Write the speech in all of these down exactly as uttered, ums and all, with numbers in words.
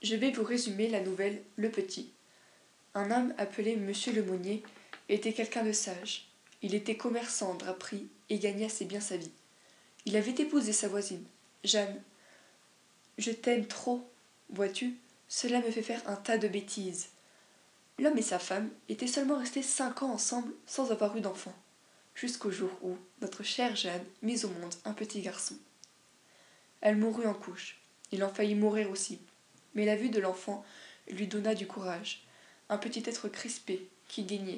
Je vais vous résumer la nouvelle Le Petit. Un homme appelé Monsieur Lemonnier était quelqu'un de sage. Il était commerçant en draperie et gagnait assez bien sa vie. Il avait épousé sa voisine, Jeanne. Je t'aime trop, vois-tu, cela me fait faire un tas de bêtises. L'homme et sa femme étaient seulement restés cinq ans ensemble sans avoir eu d'enfant, jusqu'au jour où notre chère Jeanne mit au monde un petit garçon. Elle mourut en couche. Il en faillit mourir aussi. Mais la vue de l'enfant lui donna du courage, un petit être crispé, qui gaignait.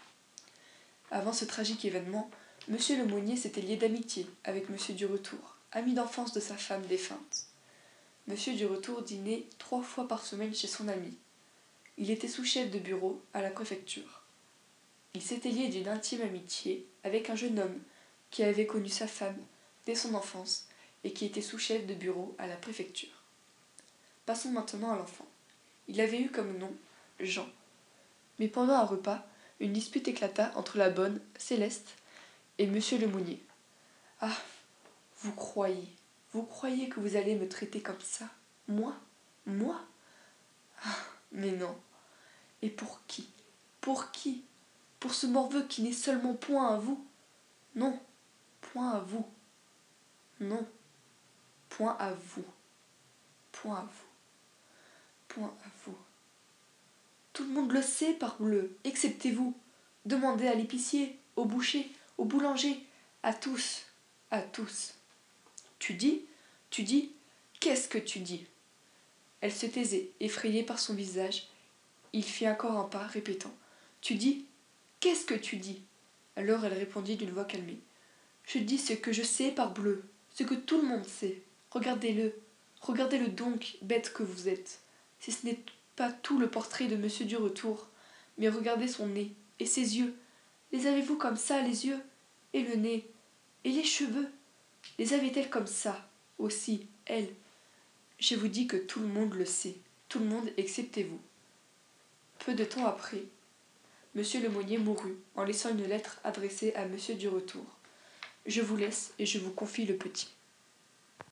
Avant ce tragique événement, Monsieur Lemonnier s'était lié d'amitié avec Monsieur Duretour, ami d'enfance de sa femme défunte. Monsieur Duretour dînait trois fois par semaine chez son ami. Il était sous-chef de bureau à la préfecture. Il s'était lié d'une intime amitié avec un jeune homme qui avait connu sa femme dès son enfance et qui était sous-chef de bureau à la préfecture. Passons maintenant à l'enfant. Il avait eu comme nom Jean. Mais pendant un repas, une dispute éclata entre la bonne Céleste et Monsieur Lemonnier. Ah, vous croyez, vous croyez que vous allez me traiter comme ça? Moi? Moi? Ah, mais non. Et pour qui? Pour qui? Pour ce morveux qui n'est seulement point à vous? Non, point à vous. Non, point à vous. Point à vous. Point à vous. Tout le monde le sait, parbleu, excepté vous. Demandez à l'épicier, au boucher, au boulanger, à tous, à tous. Tu dis, tu dis, qu'est-ce que tu dis? Elle se taisait, effrayée par son visage. Il fit encore un pas, répétant, tu dis, qu'est-ce que tu dis? Alors elle répondit d'une voix calmée, je dis ce que je sais, parbleu, ce que tout le monde sait. Regardez-le, regardez-le donc, bête que vous êtes. Si ce n'est pas tout le portrait de Monsieur Duretour, mais regardez son nez et ses yeux. Les avez-vous comme ça, les yeux? Et le nez? Et les cheveux? Les avait-elle comme ça, aussi, elle? Je vous dis que tout le monde le sait, tout le monde excepté vous. Peu de temps après, Monsieur Lemonnier mourut en laissant une lettre adressée à Monsieur Duretour. Je vous laisse et je vous confie Le Petit.